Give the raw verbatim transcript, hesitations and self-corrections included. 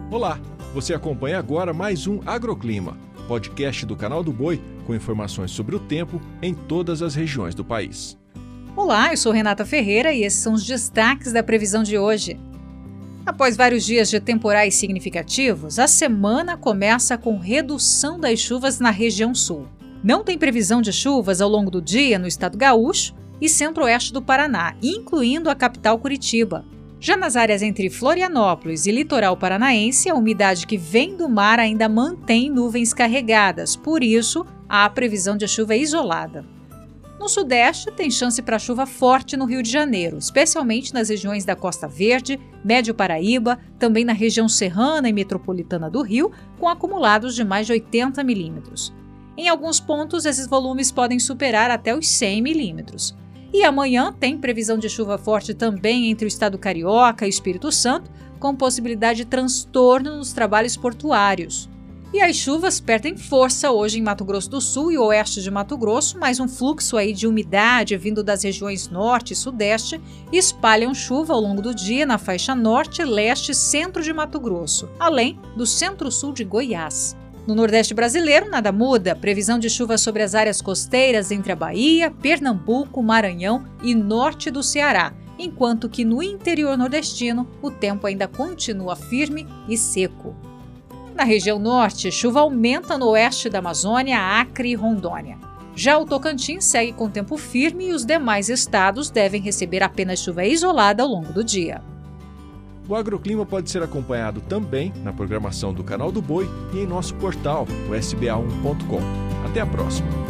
Olá, você acompanha agora mais um Agroclima, podcast do Canal do Boi com informações sobre o tempo em todas as regiões do país. Olá, eu sou Renata Ferreira e esses são os destaques da previsão de hoje. Após vários dias de temporais significativos, a semana começa com redução das chuvas na região sul. Não tem previsão de chuvas ao longo do dia no estado gaúcho e centro-oeste do Paraná, incluindo a capital Curitiba. Já nas áreas entre Florianópolis e litoral paranaense, a umidade que vem do mar ainda mantém nuvens carregadas, por isso há previsão de chuva isolada. No sudeste, tem chance para chuva forte no Rio de Janeiro, especialmente nas regiões da Costa Verde, Médio Paraíba, também na região serrana e metropolitana do Rio, com acumulados de mais de oitenta milímetros. Em alguns pontos, esses volumes podem superar até os cem milímetros. E amanhã tem previsão de chuva forte também entre o estado carioca e o Espírito Santo, com possibilidade de transtorno nos trabalhos portuários. E as chuvas perdem força hoje em Mato Grosso do Sul e oeste de Mato Grosso, mas um fluxo aí de umidade vindo das regiões norte e sudeste espalham chuva ao longo do dia na faixa norte, leste e centro de Mato Grosso, além do centro-sul de Goiás. No Nordeste brasileiro, nada muda. Previsão de chuva sobre as áreas costeiras entre a Bahia, Pernambuco, Maranhão e norte do Ceará, enquanto que no interior nordestino o tempo ainda continua firme e seco. Na região norte, chuva aumenta no oeste da Amazônia, Acre e Rondônia. Já o Tocantins segue com tempo firme e os demais estados devem receber apenas chuva isolada ao longo do dia. O Agroclima pode ser acompanhado também na programação do Canal do Boi e em nosso portal, o S B A um ponto com. Até a próxima!